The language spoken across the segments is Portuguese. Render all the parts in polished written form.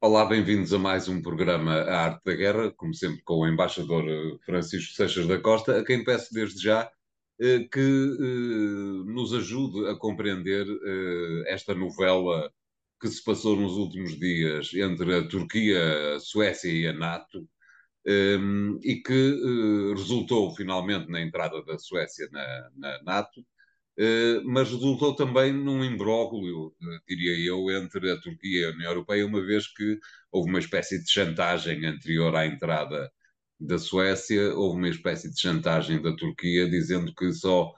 Olá, bem-vindos a mais um programa A Arte da Guerra, como sempre com o embaixador Francisco Seixas da Costa, a quem peço desde já que nos ajude a compreender esta novela que se passou nos últimos dias entre a Turquia, a Suécia e a NATO, e que resultou finalmente na entrada da Suécia na NATO, mas resultou também num imbróglio, diria eu, entre a Turquia e a União Europeia, uma vez que houve uma espécie de chantagem anterior à entrada da Suécia, houve uma espécie de chantagem da Turquia, dizendo que só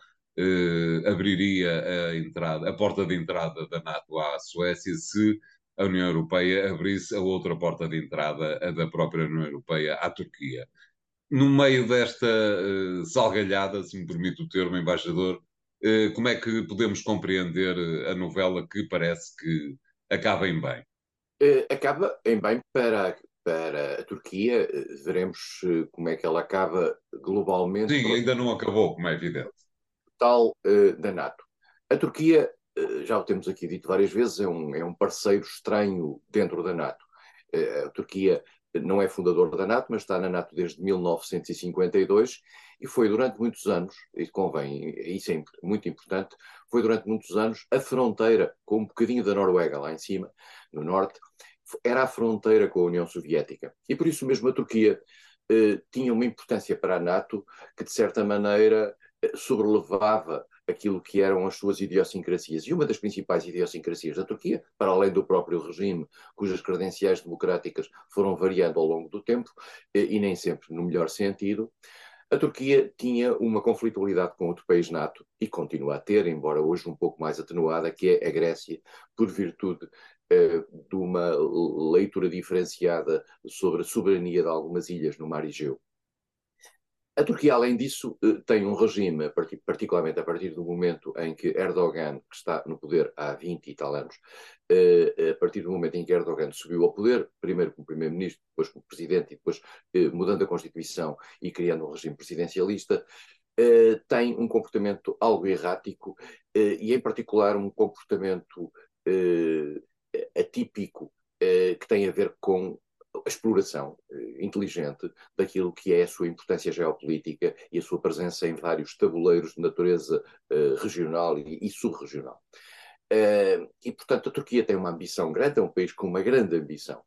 abriria a porta de entrada da NATO à Suécia se a União Europeia abrisse a outra porta de entrada, a da própria União Europeia, à Turquia. No meio desta salgalhada, se me permite o termo, embaixador, como é que podemos compreender a novela que parece que acaba em bem? Acaba em bem para a Turquia. Veremos como é que ela acaba globalmente Sim, para o ainda não acabou, como é evidente. total da NATO. A Turquia, já o temos aqui dito várias vezes, é um parceiro estranho dentro da NATO. A Turquia não é fundador da NATO, mas está na NATO desde 1952 e foi durante muitos anos, e convém, isso é muito importante, foi durante muitos anos a fronteira com um bocadinho da Noruega lá em cima, no norte, era a fronteira com a União Soviética. E por isso mesmo a Turquia tinha uma importância para a NATO que, de certa maneira, sobrelevava aquilo que eram as suas idiosincrasias. E uma das principais idiosincrasias da Turquia, para além do próprio regime, cujas credenciais democráticas foram variando ao longo do tempo, e nem sempre no melhor sentido, a Turquia tinha uma conflitualidade com outro país NATO e continua a ter, embora hoje um pouco mais atenuada, que é a Grécia, por virtude de uma leitura diferenciada sobre a soberania de algumas ilhas no Mar Egeu. A Turquia, além disso, tem um regime, particularmente a partir do momento em que Erdogan, que está no poder há 20 e tal anos, a partir do momento em que Erdogan subiu ao poder, primeiro como primeiro-ministro, depois como presidente e depois mudando a Constituição e criando um regime presidencialista, tem um comportamento algo errático e, em particular, um comportamento atípico que tem a ver com a exploração inteligente daquilo que é a sua importância geopolítica e a sua presença em vários tabuleiros de natureza regional e subregional. E, portanto, a Turquia tem uma ambição grande, é um país com uma grande ambição.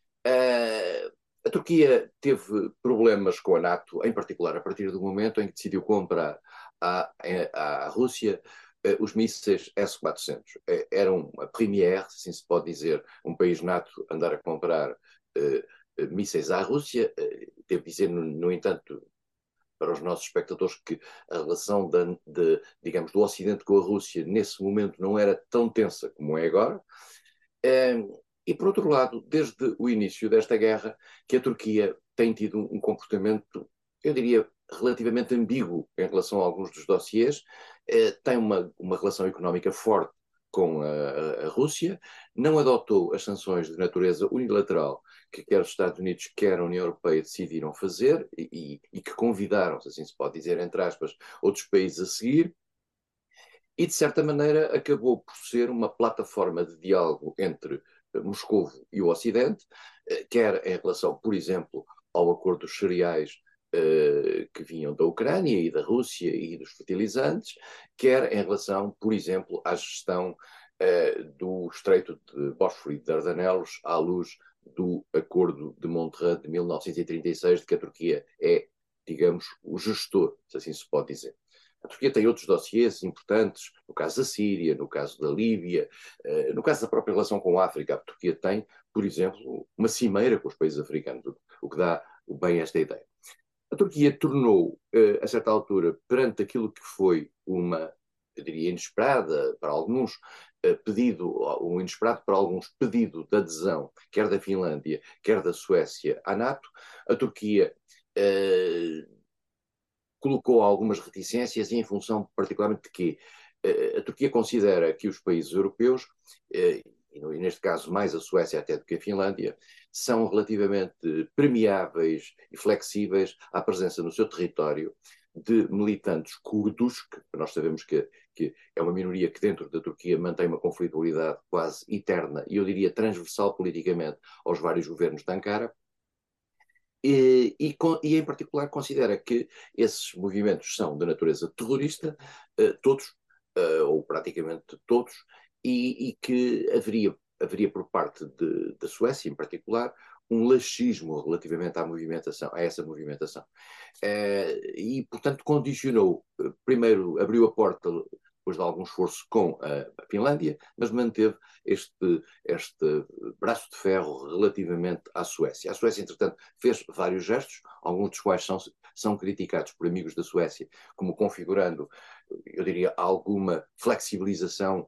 A Turquia teve problemas com a NATO, em particular a partir do momento em que decidiu comprar à Rússia os mísseis S-400. Eram a première, se assim se pode dizer, um país NATO andar a comprar mísseis à Rússia. Devo dizer, no entanto, para os nossos espectadores, que a relação digamos, do Ocidente com a Rússia nesse momento não era tão tensa como é agora. E, por outro lado, desde o início desta guerra, que a Turquia tem tido um comportamento, eu diria, relativamente ambíguo em relação a alguns dos dossiês. Tem uma relação económica forte com a Rússia, não adotou as sanções de natureza unilateral que quer os Estados Unidos, quer a União Europeia decidiram fazer e que convidaram, se assim se pode dizer, entre aspas, outros países a seguir. E, de certa maneira, acabou por ser uma plataforma de diálogo entre Moscou e o Ocidente, quer em relação, por exemplo, ao acordo dos cereais que vinham da Ucrânia e da Rússia e dos fertilizantes, quer em relação, por exemplo, à gestão do Estreito de Bósforo e de Dardanelos à luz do Acordo de Montreux de 1936, de que a Turquia é, digamos, o gestor, se assim se pode dizer. A Turquia tem outros dossiês importantes, no caso da Síria, no caso da Líbia, no caso da própria relação com a África. A Turquia tem, por exemplo, uma cimeira com os países africanos, o que dá bem esta ideia. A Turquia tornou, a certa altura, perante aquilo que foi uma, eu diria, inesperada para alguns, um inesperado para alguns pedido de adesão, quer da Finlândia, quer da Suécia, à NATO. A Turquia colocou algumas reticências e em função particularmente de que a Turquia considera que os países europeus, e neste caso mais a Suécia até do que a Finlândia, são relativamente permeáveis e flexíveis à presença no seu território de militantes curdos, que nós sabemos que é uma minoria que dentro da Turquia mantém uma conflitualidade quase eterna, e eu diria transversal politicamente aos vários governos de Ankara, e em particular considera que esses movimentos são de natureza terrorista, todos, ou praticamente todos, e que haveria por parte da Suécia, em particular, um laxismo relativamente à movimentação, a essa movimentação. E, portanto, condicionou, primeiro abriu a porta, depois de algum esforço, com a Finlândia, mas manteve este braço de ferro relativamente à Suécia. A Suécia, entretanto, fez vários gestos, alguns dos quais são criticados por amigos da Suécia, como configurando, eu diria, alguma flexibilização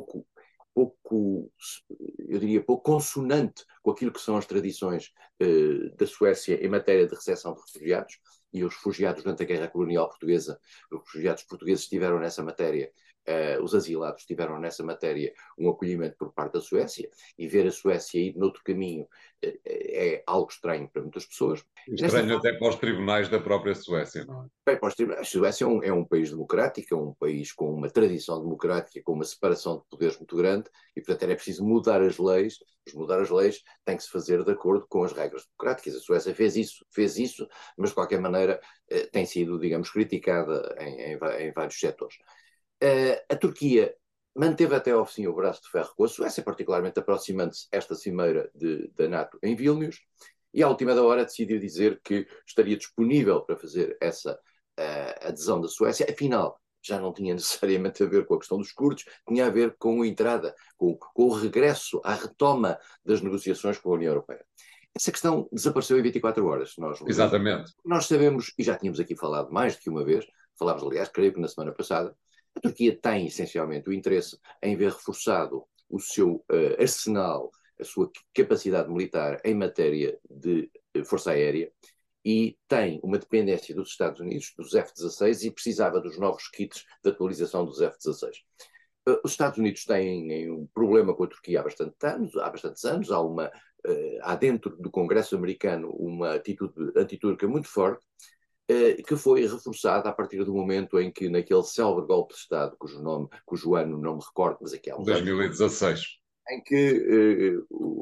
pouco, eu diria, pouco consonante com aquilo que são as tradições da Suécia em matéria de recepção de refugiados, e os refugiados durante a Guerra Colonial Portuguesa, os refugiados portugueses tiveram nessa matéria, os asilados tiveram nessa matéria um acolhimento por parte da Suécia, e ver a Suécia ir noutro caminho é algo estranho para muitas pessoas. Estranho até para os tribunais da própria Suécia, não é? Bem, a Suécia é um país democrático, é um país com uma tradição democrática, com uma separação de poderes muito grande, e portanto era preciso mudar as leis. Mas mudar as leis tem que se fazer de acordo com as regras democráticas. A Suécia fez isso, mas de qualquer maneira tem sido, digamos, criticada em vários setores. A Turquia manteve até ao fim o braço de ferro com a Suécia, particularmente aproximando-se esta cimeira da NATO em Vilnius, e à última da hora decidiu dizer que estaria disponível para fazer essa adesão da Suécia. Afinal, já não tinha necessariamente a ver com a questão dos curdos, tinha a ver com a entrada, com o regresso, à retoma das negociações com a União Europeia. Essa questão desapareceu em 24 horas. Exatamente. Nós sabemos, e já tínhamos aqui falado mais do que uma vez, falámos, aliás, creio que na semana passada, a Turquia tem essencialmente o interesse em ver reforçado o seu arsenal, a sua capacidade militar em matéria de força aérea, e tem uma dependência dos Estados Unidos, dos F-16, e precisava dos novos kits de atualização dos F-16. Os Estados Unidos têm um problema com a Turquia há bastantes anos. Há dentro do Congresso americano uma atitude antiturca muito forte, que foi reforçada a partir do momento em que, naquele célebre golpe de Estado, cujo ano não me recordo, mas aqui há uns 2016. anos, em que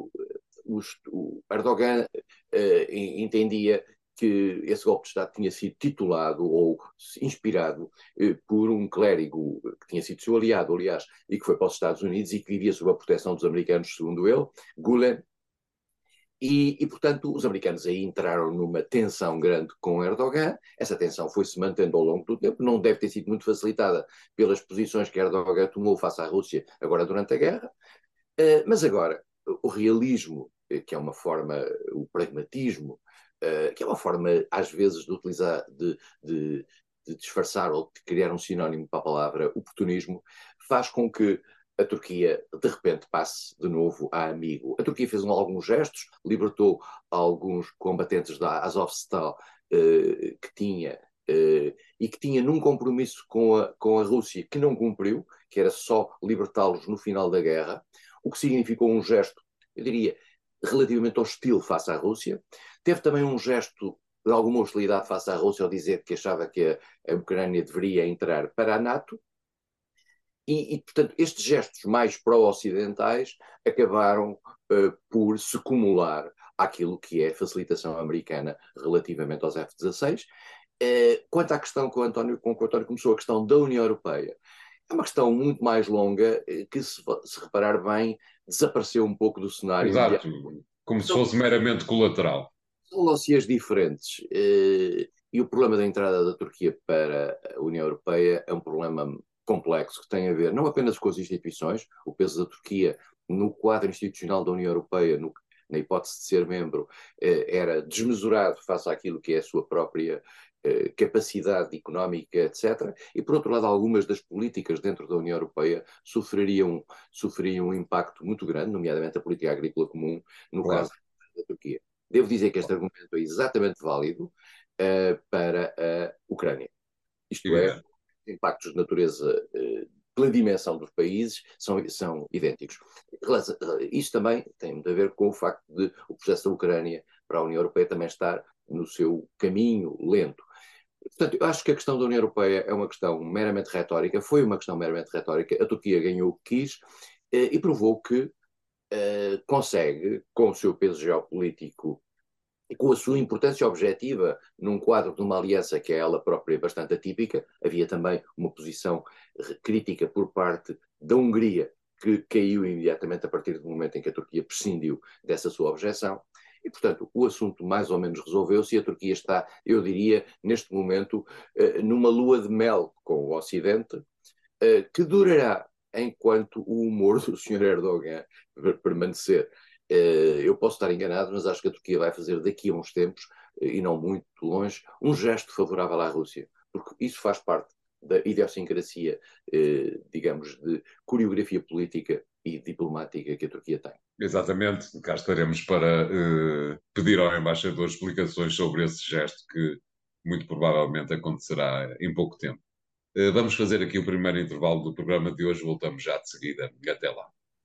o Erdogan entendia que esse golpe de Estado tinha sido titulado ou inspirado por um clérigo que tinha sido seu aliado, aliás, e que foi para os Estados Unidos e que vivia sob a proteção dos americanos, segundo ele, Gulen. E, portanto, os americanos aí entraram numa tensão grande com Erdogan. Essa tensão foi-se mantendo ao longo do tempo, não deve ter sido muito facilitada pelas posições que Erdogan tomou face à Rússia agora durante a guerra. Mas agora, o realismo, que é uma forma, o pragmatismo, que é uma forma, às vezes, de utilizar, de disfarçar ou de criar um sinónimo para a palavra oportunismo, faz com que a Turquia, de repente, passe de novo a amigo. A Turquia fez alguns gestos, libertou alguns combatentes da Azovstal que tinha, e que tinha num compromisso com a Rússia que não cumpriu, que era só libertá-los no final da guerra, o que significou um gesto, eu diria, relativamente hostil face à Rússia. Teve também um gesto de alguma hostilidade face à Rússia ao dizer que achava que a Ucrânia deveria entrar para a NATO. Portanto, estes gestos mais pró-ocidentais acabaram por se acumular àquilo que é a facilitação americana relativamente aos F-16. Quanto à questão que o António começou, a questão da União Europeia, é uma questão muito mais longa que, se reparar bem, desapareceu um pouco do cenário. Exato, como se fosse meramente colateral. São dossiês diferentes, e o problema da entrada da Turquia para a União Europeia é um problema complexo que tem a ver não apenas com as instituições. O peso da Turquia no quadro institucional da União Europeia, na hipótese de ser membro, era desmesurado face àquilo que é a sua própria capacidade económica, etc. E, por outro lado, algumas das políticas dentro da União Europeia sofreriam um impacto muito grande, nomeadamente a política agrícola comum, no caso da Turquia. Devo dizer que este argumento é exatamente válido para a Ucrânia. Isto é, impactos de natureza pela dimensão dos países são idênticos. Isso também tem muito a ver com o facto de o processo da Ucrânia para a União Europeia também estar no seu caminho lento. Portanto, eu acho que a questão da União Europeia é uma questão meramente retórica, foi uma questão meramente retórica. A Turquia ganhou o que quis e provou que consegue, com o seu peso geopolítico e com a sua importância objetiva num quadro de uma aliança que é ela própria bastante atípica. Havia também uma posição crítica por parte da Hungria, que caiu imediatamente a partir do momento em que a Turquia prescindiu dessa sua objeção. E, portanto, o assunto mais ou menos resolveu-se e a Turquia está, eu diria, neste momento, numa lua de mel com o Ocidente, que durará enquanto o humor do Sr. Erdogan permanecer. Eu posso estar enganado, mas acho que a Turquia vai fazer daqui a uns tempos, e não muito longe, um gesto favorável à Rússia, porque isso faz parte da idiosincrasia, digamos, de coreografia política e diplomática que a Turquia tem. Exatamente, cá estaremos para pedir ao embaixador explicações sobre esse gesto que muito provavelmente acontecerá em pouco tempo. Vamos fazer aqui o primeiro intervalo do programa de hoje, voltamos já de seguida. Até lá.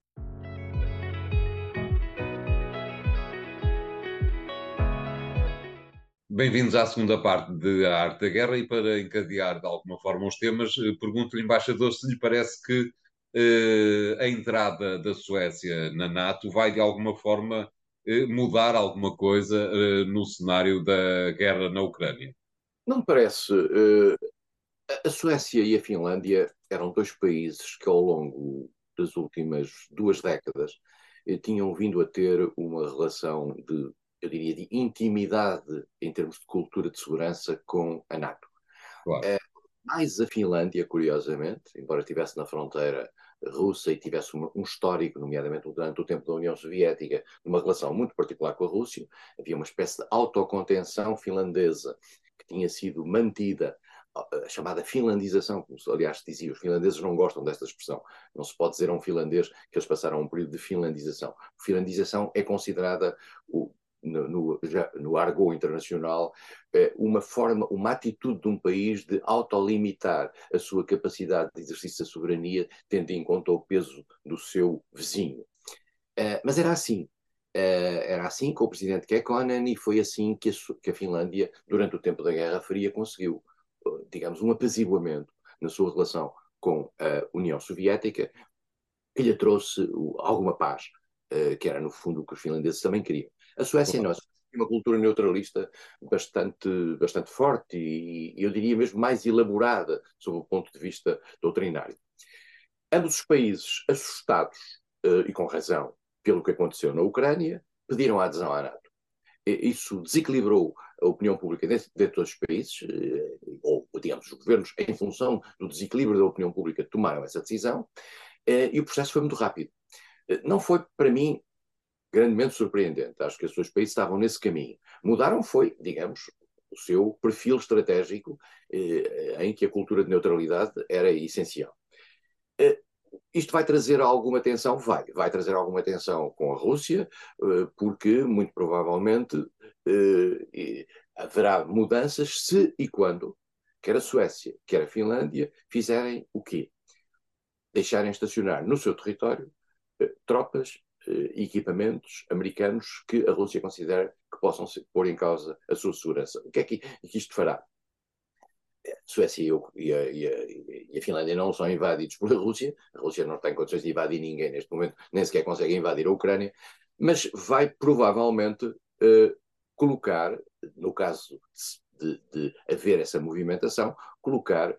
Bem-vindos à segunda parte de A Arte da Guerra e para encadear de alguma forma os temas, pergunto-lhe, embaixador, se lhe parece que a entrada da Suécia na NATO vai de alguma forma mudar alguma coisa no cenário da guerra na Ucrânia. Não me parece. A Suécia e a Finlândia eram dois países que, ao longo das últimas 2 décadas, tinham vindo a ter uma relação de, eu diria, de intimidade em termos de cultura de segurança com a NATO. Claro. Mais a Finlândia, curiosamente, embora estivesse na fronteira russa e tivesse um histórico, nomeadamente durante o tempo da União Soviética, de uma relação muito particular com a Rússia, havia uma espécie de autocontenção finlandesa que tinha sido mantida, a chamada finlandização, como aliás se dizia. Os finlandeses não gostam desta expressão. Não se pode dizer a um finlandês que eles passaram um período de finlandização. Finlandização é considerada no argot internacional, uma forma, uma atitude de um país de autolimitar a sua capacidade de exercício da soberania, tendo em conta o peso do seu vizinho. Mas era assim. Era assim com o presidente Kekkonen e foi assim que a Finlândia, durante o tempo da Guerra Fria, conseguiu, digamos, um apaziguamento na sua relação com a União Soviética, que lhe trouxe alguma paz, que era, no fundo, o que os finlandeses também queriam. A Suécia não. A Suécia tem uma cultura neutralista bastante forte e, eu diria mesmo, mais elaborada sob o ponto de vista doutrinário. Ambos os países, assustados, e com razão, pelo que aconteceu na Ucrânia, pediram a adesão à NATO. Isso desequilibrou a opinião pública dentro dos países, ou, digamos, os governos, em função do desequilíbrio da opinião pública, tomaram essa decisão, e o processo foi muito rápido. Não foi, para mim, grandemente surpreendente. Acho que os dois países estavam nesse caminho. Mudaram foi, digamos, o seu perfil estratégico, em que a cultura de neutralidade era essencial. Isto vai trazer alguma tensão? Vai trazer alguma tensão com a Rússia, porque, muito provavelmente, haverá mudanças se e quando quer a Suécia, quer a Finlândia fizerem o quê? Deixarem estacionar no seu território tropas e equipamentos americanos que a Rússia considera que possam pôr em causa a sua segurança. O que é que isto fará? A Suécia e a Finlândia não são invadidos pela Rússia. A Rússia não tem condições de invadir ninguém neste momento, nem sequer consegue invadir a Ucrânia, mas vai provavelmente colocar, no caso de haver essa movimentação, colocar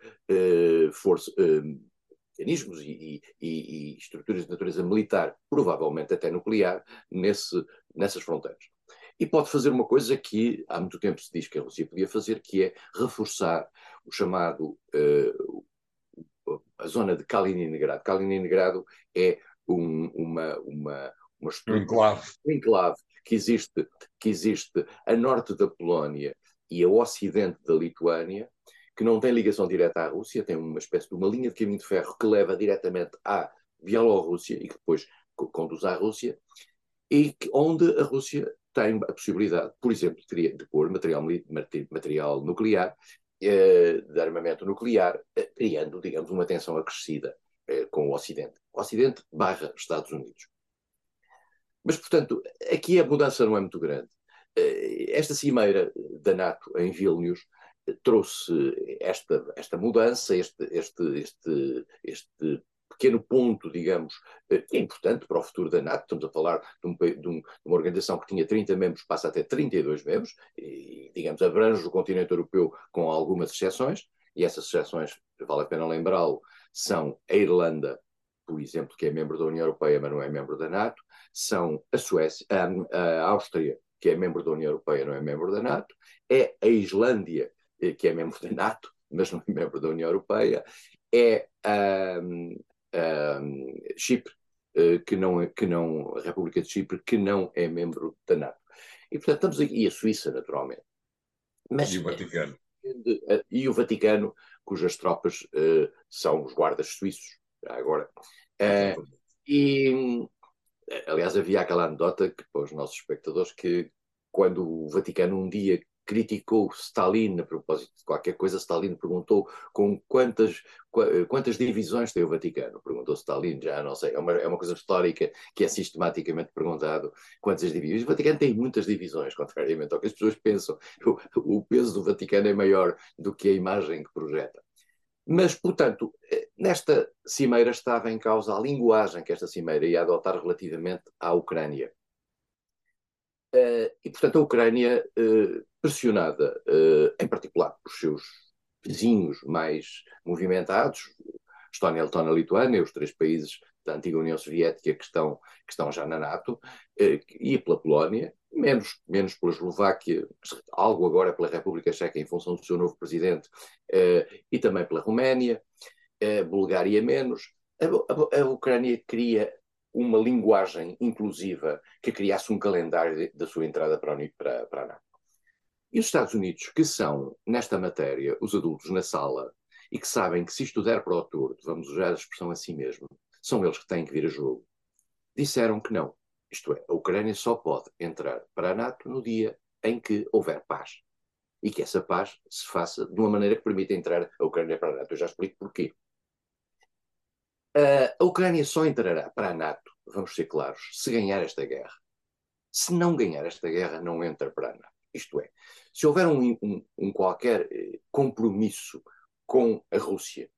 mecanismos e estruturas de natureza militar, provavelmente até nuclear, nessas fronteiras. E pode fazer uma coisa que há muito tempo se diz que a Rússia podia fazer, que é reforçar o chamado a zona de Kaliningrado. Kaliningrado é uma estrutura, um enclave que existe a norte da Polónia e a ocidente da Lituânia, que não tem ligação direta à Rússia, tem uma espécie de uma linha de caminho de ferro que leva diretamente à Bielorrússia e que depois conduz à Rússia, e onde a Rússia tem a possibilidade, por exemplo, de pôr material nuclear, de armamento nuclear, criando, digamos, uma tensão acrescida com o Ocidente. Ocidente / Estados Unidos. Mas, portanto, aqui a mudança não é muito grande. Esta cimeira da NATO em Vilnius trouxe esta mudança, este pequeno ponto, digamos, que é importante para o futuro da NATO. Estamos a falar de uma organização que tinha 30 membros, passa a ter 32 membros, e, digamos, abrange o continente europeu com algumas exceções, e essas exceções, vale a pena lembrá-lo, são a Irlanda, por exemplo, que é membro da União Europeia, mas não é membro da NATO, são a Suécia, a Áustria, que é membro da União Europeia, não é membro da NATO, é a Islândia, que é membro da NATO, mas não é membro da União Europeia, é Chipre, a República de Chipre, que não é membro da NATO. E, portanto, estamos aqui, e a Suíça, naturalmente. E Mas, o Vaticano. e o Vaticano, cujas tropas são os guardas suíços, já agora. Exatamente. E, aliás, havia aquela anedota que, para os nossos espectadores, que quando o Vaticano um dia criticou Stalin a propósito de qualquer coisa, Stalin perguntou com quantas divisões tem o Vaticano. Perguntou Stalin, já não sei, é uma coisa histórica que é sistematicamente perguntado quantas divisões. O Vaticano tem muitas divisões, contrariamente ao que as pessoas pensam. O peso do Vaticano é maior do que a imagem que projeta. Mas, portanto, nesta cimeira estava em causa a linguagem que esta cimeira ia adotar relativamente à Ucrânia. E, portanto, a Ucrânia, pressionada, em particular por seus vizinhos mais movimentados, Estónia, Letónia, Lituânia, os três países da antiga União Soviética que estão já na NATO, e pela Polónia, menos pela Eslováquia, algo agora pela República Checa em função do seu novo presidente, e também pela Roménia, Bulgária menos. A Ucrânia queria uma linguagem inclusiva que criasse um calendário da sua entrada para a NATO. E os Estados Unidos, que são, nesta matéria, os adultos na sala, e que sabem que se isto der para o torto, vamos usar a expressão assim mesmo, são eles que têm que vir a jogo, disseram que não. Isto é, a Ucrânia só pode entrar para a NATO no dia em que houver paz. E que essa paz se faça de uma maneira que permita entrar a Ucrânia para a NATO. Eu já explico porquê. A Ucrânia só entrará para a NATO, vamos ser claros, se ganhar esta guerra. Se não ganhar esta guerra, não entra para a NATO. Isto é, se houver um qualquer compromisso com a Rússia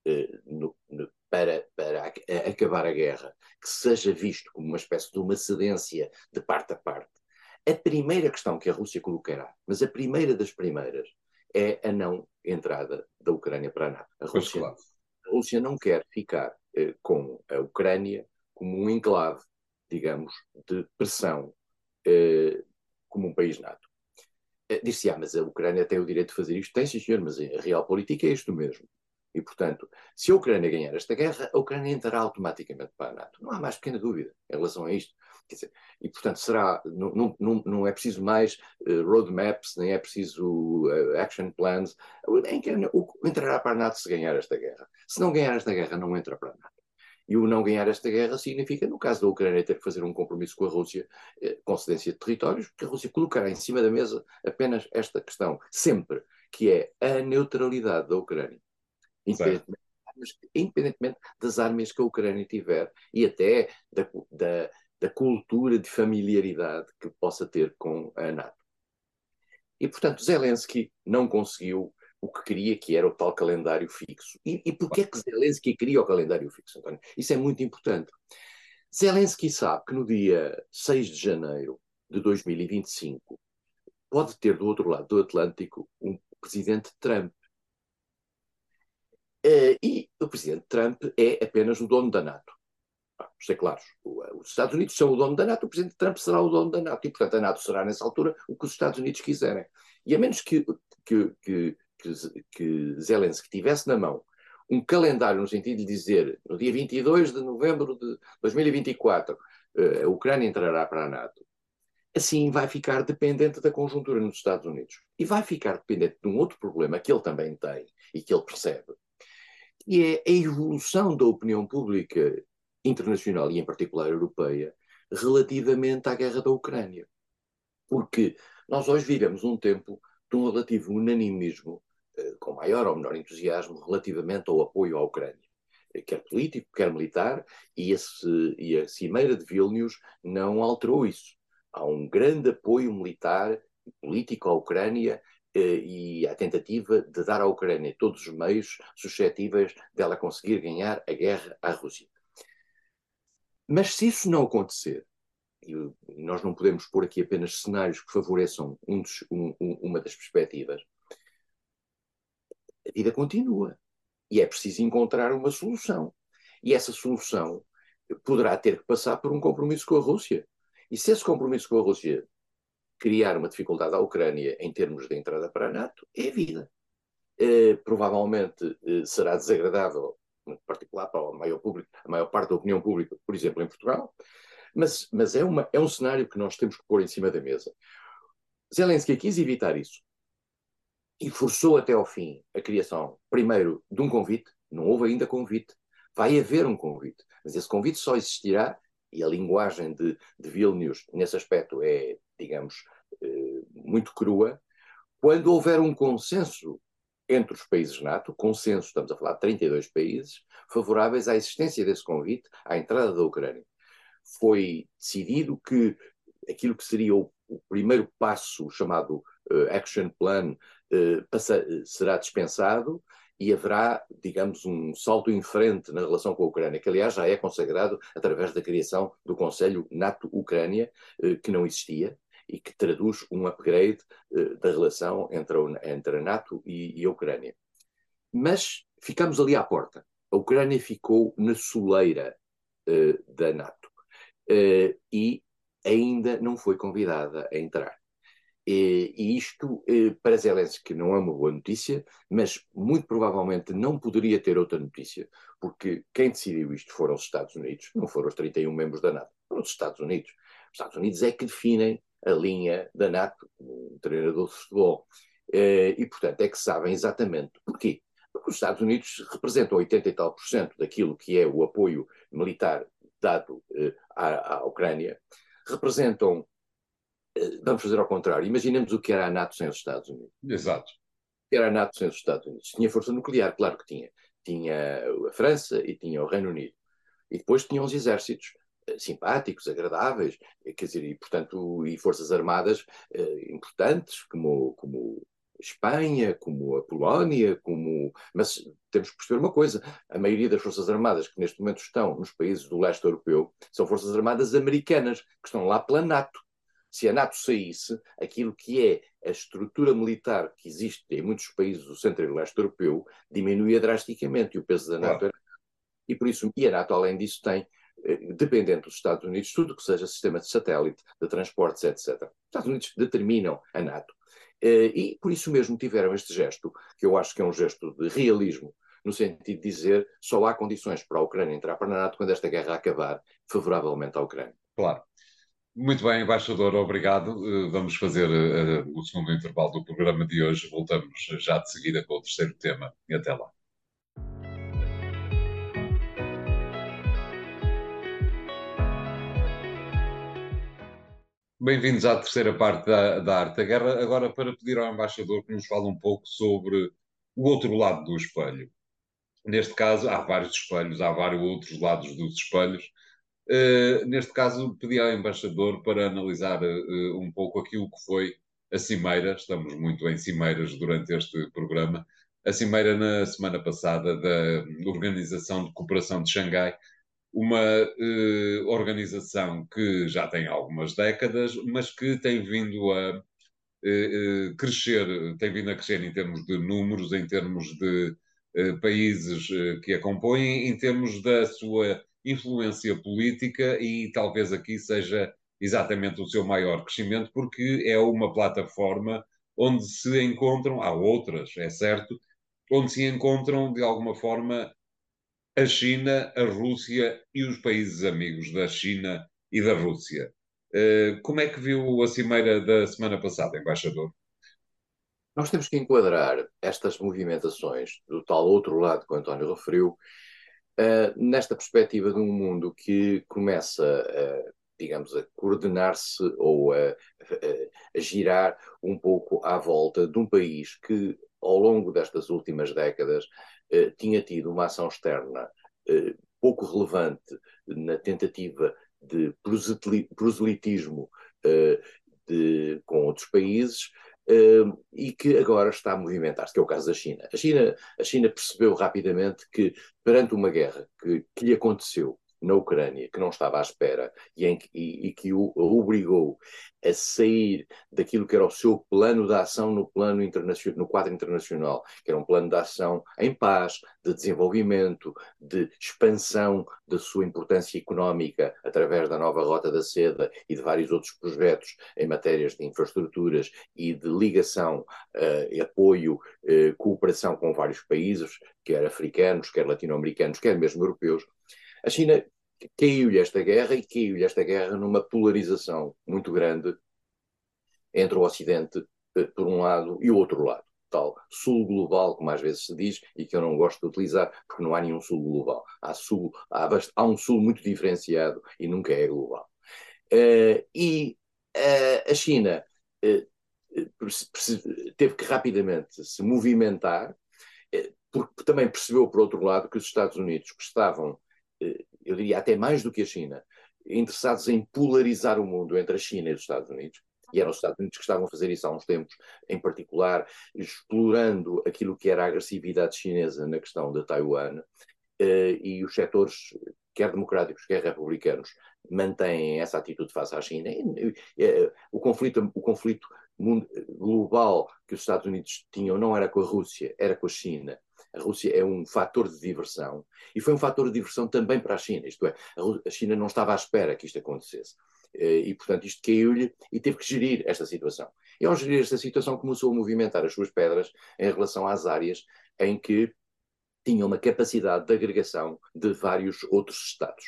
para acabar a guerra, que seja visto como uma espécie de uma cedência de parte a parte, a primeira questão que a Rússia colocará, mas a primeira das primeiras, é a não entrada da Ucrânia para a NATO. Pois claro. A Rússia não quer ficar com a Ucrânia como um enclave, digamos, de pressão como um país NATO. Diz-se, mas a Ucrânia tem o direito de fazer isto? Tem, sim, senhor, mas a real política é isto mesmo. E, portanto, se a Ucrânia ganhar esta guerra, a Ucrânia entrará automaticamente para a NATO. Não há mais pequena dúvida em relação a isto. Quer dizer, e, portanto, não é preciso mais roadmaps, nem é preciso action plans. Entrará para a NATO se ganhar esta guerra. Se não ganhar esta guerra, não entra para a NATO. E o não ganhar esta guerra significa, no caso da Ucrânia, ter que fazer um compromisso com a Rússia, com cedência de territórios, porque a Rússia colocará em cima da mesa apenas esta questão, sempre, que é a neutralidade da Ucrânia. Independentemente das armas que a Ucrânia tiver e até da cultura de familiaridade que possa ter com a NATO. E, portanto, Zelensky não conseguiu o que queria, que era o tal calendário fixo. E porquê é que Zelensky queria o calendário fixo, António? Isso é muito importante. Zelensky sabe que no dia 6 de janeiro de 2025 pode ter do outro lado do Atlântico um presidente Trump. E o presidente Trump é apenas o dono da NATO. Vamos ser claros. Os Estados Unidos são o dono da NATO, o presidente Trump será o dono da NATO. E, portanto, a NATO será, nessa altura, o que os Estados Unidos quiserem. E a menos que Zelensky tivesse na mão um calendário no sentido de dizer, no dia 22 de novembro de 2024, a Ucrânia entrará para a NATO, assim vai ficar dependente da conjuntura nos Estados Unidos. E vai ficar dependente de um outro problema que ele também tem e que ele percebe, que é a evolução da opinião pública internacional e, em particular, europeia, relativamente à guerra da Ucrânia. Porque nós hoje vivemos um tempo de um relativo unanimismo, com maior ou menor entusiasmo, relativamente ao apoio à Ucrânia, quer político, quer militar, e a Cimeira de Vilnius não alterou isso. Há um grande apoio militar e político à Ucrânia e a tentativa de dar à Ucrânia todos os meios suscetíveis dela conseguir ganhar a guerra à Rússia. Mas se isso não acontecer, e nós não podemos pôr aqui apenas cenários que favoreçam uma das perspectivas, a vida continua. E é preciso encontrar uma solução. E essa solução poderá ter que passar por um compromisso com a Rússia. E se esse compromisso com a Rússia criar uma dificuldade à Ucrânia em termos de entrada para a NATO, é a vida. Provavelmente será desagradável, em particular para o maior público, a maior parte da opinião pública, por exemplo, em Portugal, mas é um cenário que nós temos que pôr em cima da mesa. Zelensky quis evitar isso e forçou até ao fim a criação, primeiro, de um convite. Não houve ainda convite. Vai haver um convite, mas esse convite só existirá, e a linguagem de Vilnius, nesse aspecto, é, digamos, muito crua, quando houver um consenso entre os países NATO, consenso, estamos a falar de 32 países, favoráveis à existência desse convite à entrada da Ucrânia. Foi decidido que aquilo que seria o primeiro passo, chamado Action Plan, será dispensado e haverá, digamos, um salto em frente na relação com a Ucrânia, que aliás já é consagrado através da criação do Conselho NATO-Ucrânia, que não existia, e que traduz um upgrade da relação entre a NATO e a Ucrânia. Mas ficamos ali à porta. A Ucrânia ficou na soleira da NATO e ainda não foi convidada a entrar. E isto, para Zelensky, não é uma boa notícia, mas muito provavelmente não poderia ter outra notícia, porque quem decidiu isto foram os Estados Unidos, não foram os 31 membros da NATO, foram os Estados Unidos. Os Estados Unidos é que definem a linha da NATO, um treinador de futebol. E, portanto, é que sabem exatamente porquê. Porque os Estados Unidos representam 80 e tal por cento daquilo que é o apoio militar dado à Ucrânia, representam. Vamos fazer ao contrário. Imaginemos o que era a NATO sem os Estados Unidos. Exato. O que era a NATO sem os Estados Unidos? Tinha força nuclear, claro que tinha. Tinha a França e tinha o Reino Unido. E depois tinham os exércitos simpáticos, agradáveis, quer dizer, e portanto, e forças armadas importantes, como Espanha, como a Polónia, mas temos que perceber uma coisa, a maioria das forças armadas que neste momento estão nos países do leste europeu são forças armadas americanas, que estão lá pela NATO. Se a NATO saísse, aquilo que é a estrutura militar que existe em muitos países do centro e do leste europeu diminuía drasticamente, e o peso da NATO Claro. era. E por isso, e a NATO, além disso, tem, dependente dos Estados Unidos, tudo que seja sistema de satélite, de transportes, etc. Os Estados Unidos determinam a NATO. E por isso mesmo tiveram este gesto, que eu acho que é um gesto de realismo, no sentido de dizer só há condições para a Ucrânia entrar para a NATO quando esta guerra acabar favoravelmente à Ucrânia. Claro. Muito bem, embaixador, obrigado. Vamos fazer o segundo intervalo do programa de hoje. Voltamos já de seguida com o terceiro tema. E até lá. Bem-vindos à terceira parte da Arte da Guerra. Agora, para pedir ao embaixador que nos fale um pouco sobre o outro lado do espelho. Neste caso, há vários espelhos, há vários outros lados dos espelhos. Neste caso, pedi ao embaixador para analisar um pouco aquilo que foi a cimeira. Estamos muito em cimeiras durante este programa. A cimeira na semana passada da Organização de Cooperação de Xangai, uma organização que já tem algumas décadas, mas que tem vindo a crescer, tem vindo a crescer em termos de números, em termos de países que a compõem, em termos da sua influência política, e talvez aqui seja exatamente o seu maior crescimento, porque é uma plataforma onde se encontram, há outras, é certo, onde se encontram de alguma forma a China, a Rússia e os países amigos da China e da Rússia. Como é que viu a cimeira da semana passada, embaixador? Nós temos que enquadrar estas movimentações do tal outro lado que o António referiu, nesta perspectiva de um mundo que começa, digamos, a coordenar-se ou a girar um pouco à volta de um país que, ao longo destas últimas décadas, tinha tido uma ação externa pouco relevante na tentativa de proselitismo com outros países, e que agora está a movimentar-se, que é o caso da China. A China percebeu rapidamente que, perante uma guerra que lhe aconteceu na Ucrânia, que não estava à espera e que o obrigou a sair daquilo que era o seu plano de ação no plano internacional, no quadro internacional, que era um plano de ação em paz, de desenvolvimento, de expansão da sua importância económica através da nova Rota da Seda e de vários outros projetos em matérias de infraestruturas e de ligação, apoio, cooperação com vários países, quer africanos, quer latino-americanos, quer mesmo europeus. A China caiu-lhe esta guerra numa polarização muito grande entre o Ocidente, por um lado, e o outro lado. Tal sul global, como às vezes se diz, e que eu não gosto de utilizar, porque não há nenhum sul global. Há um sul muito diferenciado e nunca é global. A China teve que rapidamente se movimentar, porque também percebeu, por outro lado, que os Estados Unidos, que estavam, eu diria até mais do que a China, interessados em polarizar o mundo entre a China e os Estados Unidos, e eram os Estados Unidos que estavam a fazer isso há uns tempos, em particular explorando aquilo que era a agressividade chinesa na questão de Taiwan, e os setores, quer democráticos, quer republicanos, mantêm essa atitude face à China. O conflito global que os Estados Unidos tinham não era com a Rússia, era com a China. A Rússia é um fator de diversão, e foi um fator de diversão também para a China, isto é, a China não estava à espera que isto acontecesse. E, portanto, isto caiu-lhe e teve que gerir esta situação. E, ao gerir esta situação, começou a movimentar as suas pedras em relação às áreas em que tinha uma capacidade de agregação de vários outros Estados.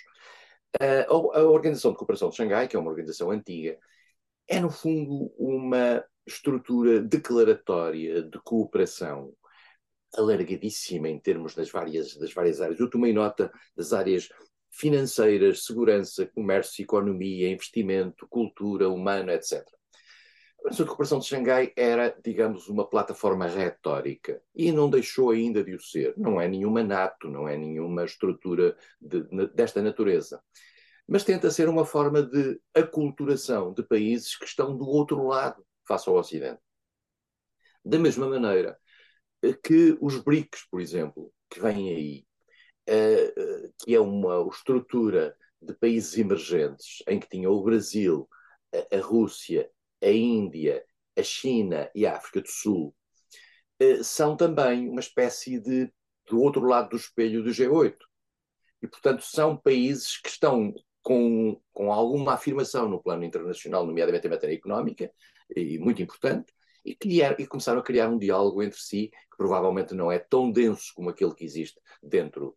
A Organização de Cooperação de Xangai, que é uma organização antiga, é, no fundo, uma estrutura declaratória de cooperação alargadíssima em termos das várias áreas. Eu tomei nota das áreas financeiras, segurança, comércio, economia, investimento, cultura, humano, etc. A Organização de Cooperação de Xangai era, digamos, uma plataforma retórica e não deixou ainda de o ser. Não é nenhuma NATO, não é nenhuma estrutura desta natureza. Mas tenta ser uma forma de aculturação de países que estão do outro lado, face ao Ocidente. Da mesma maneira que os BRICS, por exemplo, que vêm aí, que é uma estrutura de países emergentes, em que tinha o Brasil, a Rússia, a Índia, a China e a África do Sul, são também uma espécie do outro lado do espelho do G8. E, portanto, são países que estão com alguma afirmação no plano internacional, nomeadamente em matéria económica, e muito importante, e começaram a criar um diálogo entre si, que provavelmente não é tão denso como aquele que existe dentro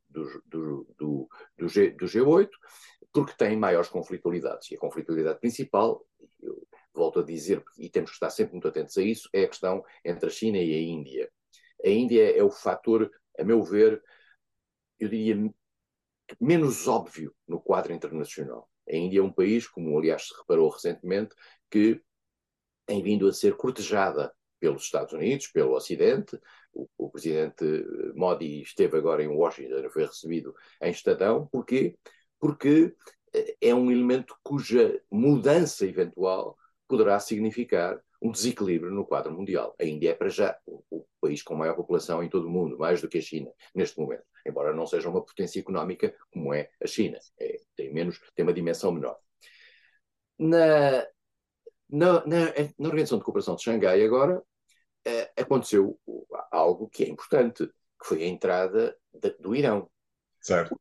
do G8, porque tem maiores conflitualidades. E a conflitualidade principal, eu volto a dizer, e temos que estar sempre muito atentos a isso, é a questão entre a China e a Índia. A Índia é o fator, a meu ver, eu diria, menos óbvio no quadro internacional. A Índia é um país, como aliás se reparou recentemente, que tem vindo a ser cortejada pelos Estados Unidos, pelo Ocidente. O presidente Modi esteve agora em Washington, foi recebido em Estadão. Porquê? Porque é um elemento cuja mudança eventual poderá significar um desequilíbrio no quadro mundial. A Índia é, para já, o país com maior população em todo o mundo, mais do que a China, neste momento. Embora não seja uma potência económica como é a China. Tem uma dimensão menor. Na Organização de Cooperação de Xangai, agora, aconteceu algo que é importante, que foi a entrada do Irão. Certo.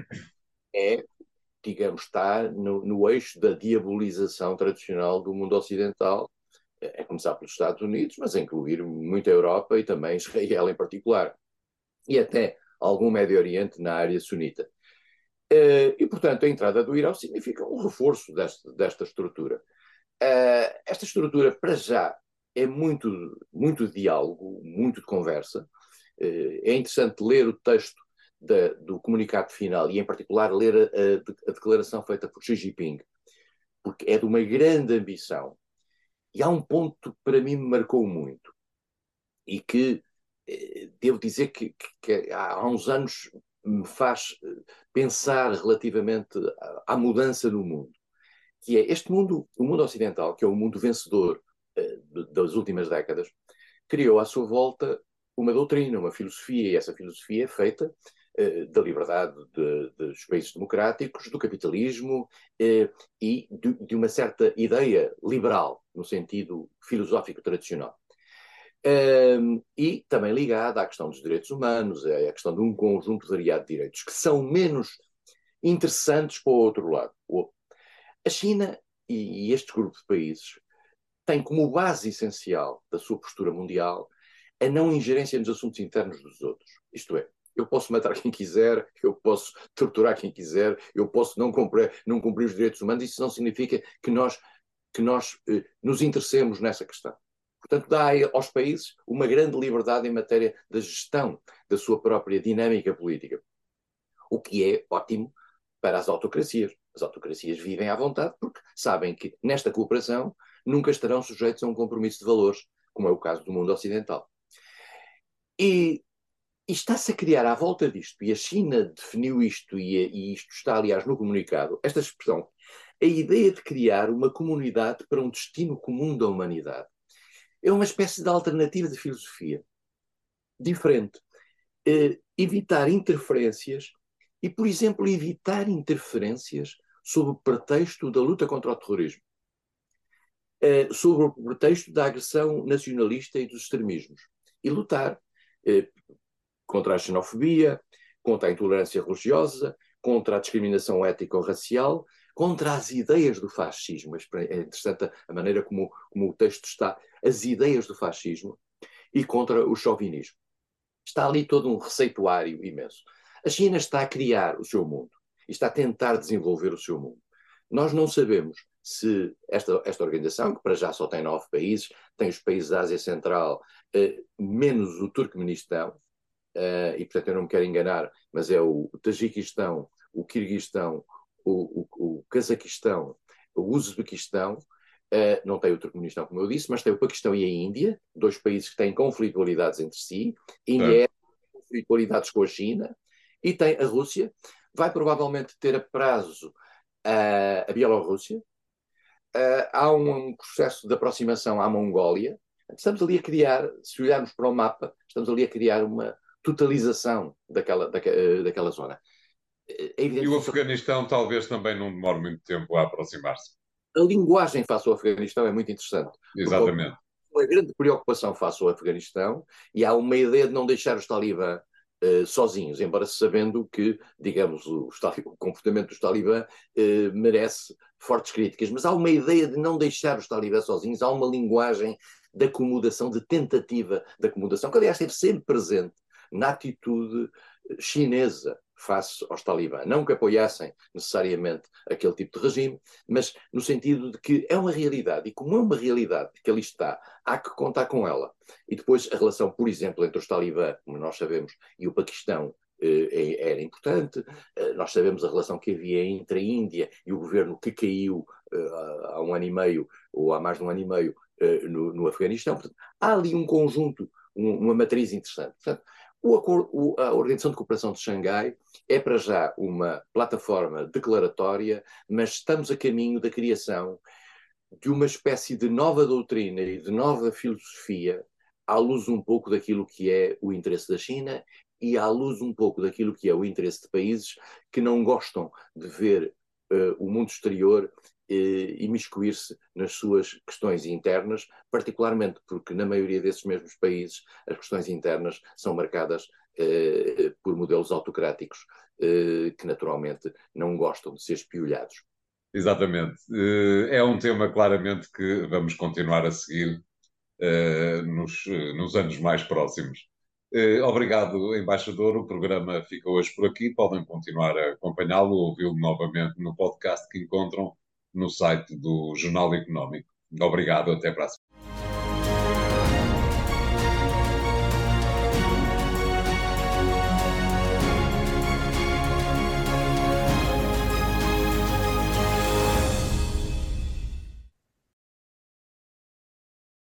Digamos, está no eixo da diabolização tradicional do mundo ocidental, a começar pelos Estados Unidos, mas a incluir muita Europa e também Israel em particular, e até algum Médio Oriente na área sunita. E, portanto, a entrada do Irão significa um reforço desta estrutura. Esta estrutura, para já, é muito, muito de diálogo, muito de conversa. É interessante ler o texto do comunicado final e, em particular, ler a declaração feita por Xi Jinping, porque é de uma grande ambição. E há um ponto que para mim me marcou muito e que devo dizer que há uns anos me faz pensar relativamente à mudança do mundo, que é este mundo, o mundo ocidental, que é o mundo vencedor das últimas décadas, criou à sua volta uma doutrina, uma filosofia, e essa filosofia é feita da liberdade dos países democráticos, do capitalismo e de uma certa ideia liberal, no sentido filosófico tradicional. E também ligada à questão dos direitos humanos, à questão de um conjunto variado de direitos, que são menos interessantes para o outro lado. A China e este grupo de países têm como base essencial da sua postura mundial a não ingerência nos assuntos internos dos outros. Isto é, eu posso matar quem quiser, eu posso torturar quem quiser, eu posso não cumprir os direitos humanos, isso não significa que nós nos interessemos nessa questão. Portanto, dá aos países uma grande liberdade em matéria da gestão da sua própria dinâmica política, o que é ótimo para as autocracias. As autocracias vivem à vontade porque sabem que nesta cooperação nunca estarão sujeitos a um compromisso de valores, como é o caso do mundo ocidental. E está-se a criar à volta disto, e a China definiu isto, e isto está, aliás, no comunicado, esta expressão, a ideia de criar uma comunidade para um destino comum da humanidade. É uma espécie de alternativa de filosofia, diferente. Evitar interferências e, por exemplo, evitar interferências sob o pretexto da luta contra o terrorismo, sob o pretexto da agressão nacionalista e dos extremismos, e lutar contra a xenofobia, contra a intolerância religiosa, contra a discriminação ética ou racial, contra as ideias do fascismo. É interessante a maneira como o texto está, as ideias do fascismo, e contra o chauvinismo. Está ali todo um receituário imenso. A China está a criar o seu mundo e está a tentar desenvolver o seu mundo. Nós não sabemos se esta organização, que para já só tem 9 países, tem os países da Ásia Central, menos o Turcomenistão, e portanto eu não me quero enganar, mas é o Tajiquistão, o Quirguistão, o Cazaquistão, o Uzbequistão, não tem o Turcomenistão, como eu disse, mas tem o Paquistão e a Índia, 2 países que têm conflitualidades entre si. A Índia é conflitualidades com a China, e tem a Rússia, vai provavelmente ter a prazo a Bielorrússia. Há um processo de aproximação à Mongólia. Estamos ali a criar, se olharmos para o mapa, estamos ali a criar uma totalização daquela zona. E o Afeganistão talvez também não demore muito tempo a aproximar-se. A linguagem face ao Afeganistão é muito interessante. Exatamente. Uma grande preocupação face ao Afeganistão, e há uma ideia de não deixar os talibã sozinhos, embora sabendo que, digamos, o comportamento dos talibã merece fortes críticas, mas há uma ideia de não deixar os talibã sozinhos, há uma linguagem de acomodação, de tentativa de acomodação, que aliás esteve sempre presente na atitude chinesa face aos talibã. Não que apoiassem necessariamente aquele tipo de regime, mas no sentido de que é uma realidade, e como é uma realidade que ali está, há que contar com ela. E depois a relação, por exemplo, entre os talibã, como nós sabemos, e o Paquistão era importante. Nós sabemos a relação que havia entre a Índia e o governo que caiu há um ano e meio, ou há mais de um ano e meio, no Afeganistão. Portanto, há ali um conjunto, uma matriz interessante. Portanto, a Organização de Cooperação de Xangai é para já uma plataforma declaratória, mas estamos a caminho da criação de uma espécie de nova doutrina e de nova filosofia, à luz um pouco daquilo que é o interesse da China e à luz um pouco daquilo que é o interesse de países que não gostam de ver o mundo exterior imiscuir-se nas suas questões internas, particularmente porque na maioria desses mesmos países as questões internas são marcadas por modelos autocráticos que naturalmente não gostam de ser espiolhados. Exatamente. É um tema claramente que vamos continuar a seguir nos anos mais próximos. Obrigado, embaixador. O programa fica hoje por aqui. Podem continuar a acompanhá-lo ou ouvi-lo novamente no podcast que encontram no site do Jornal Económico. Obrigado, até para a semana.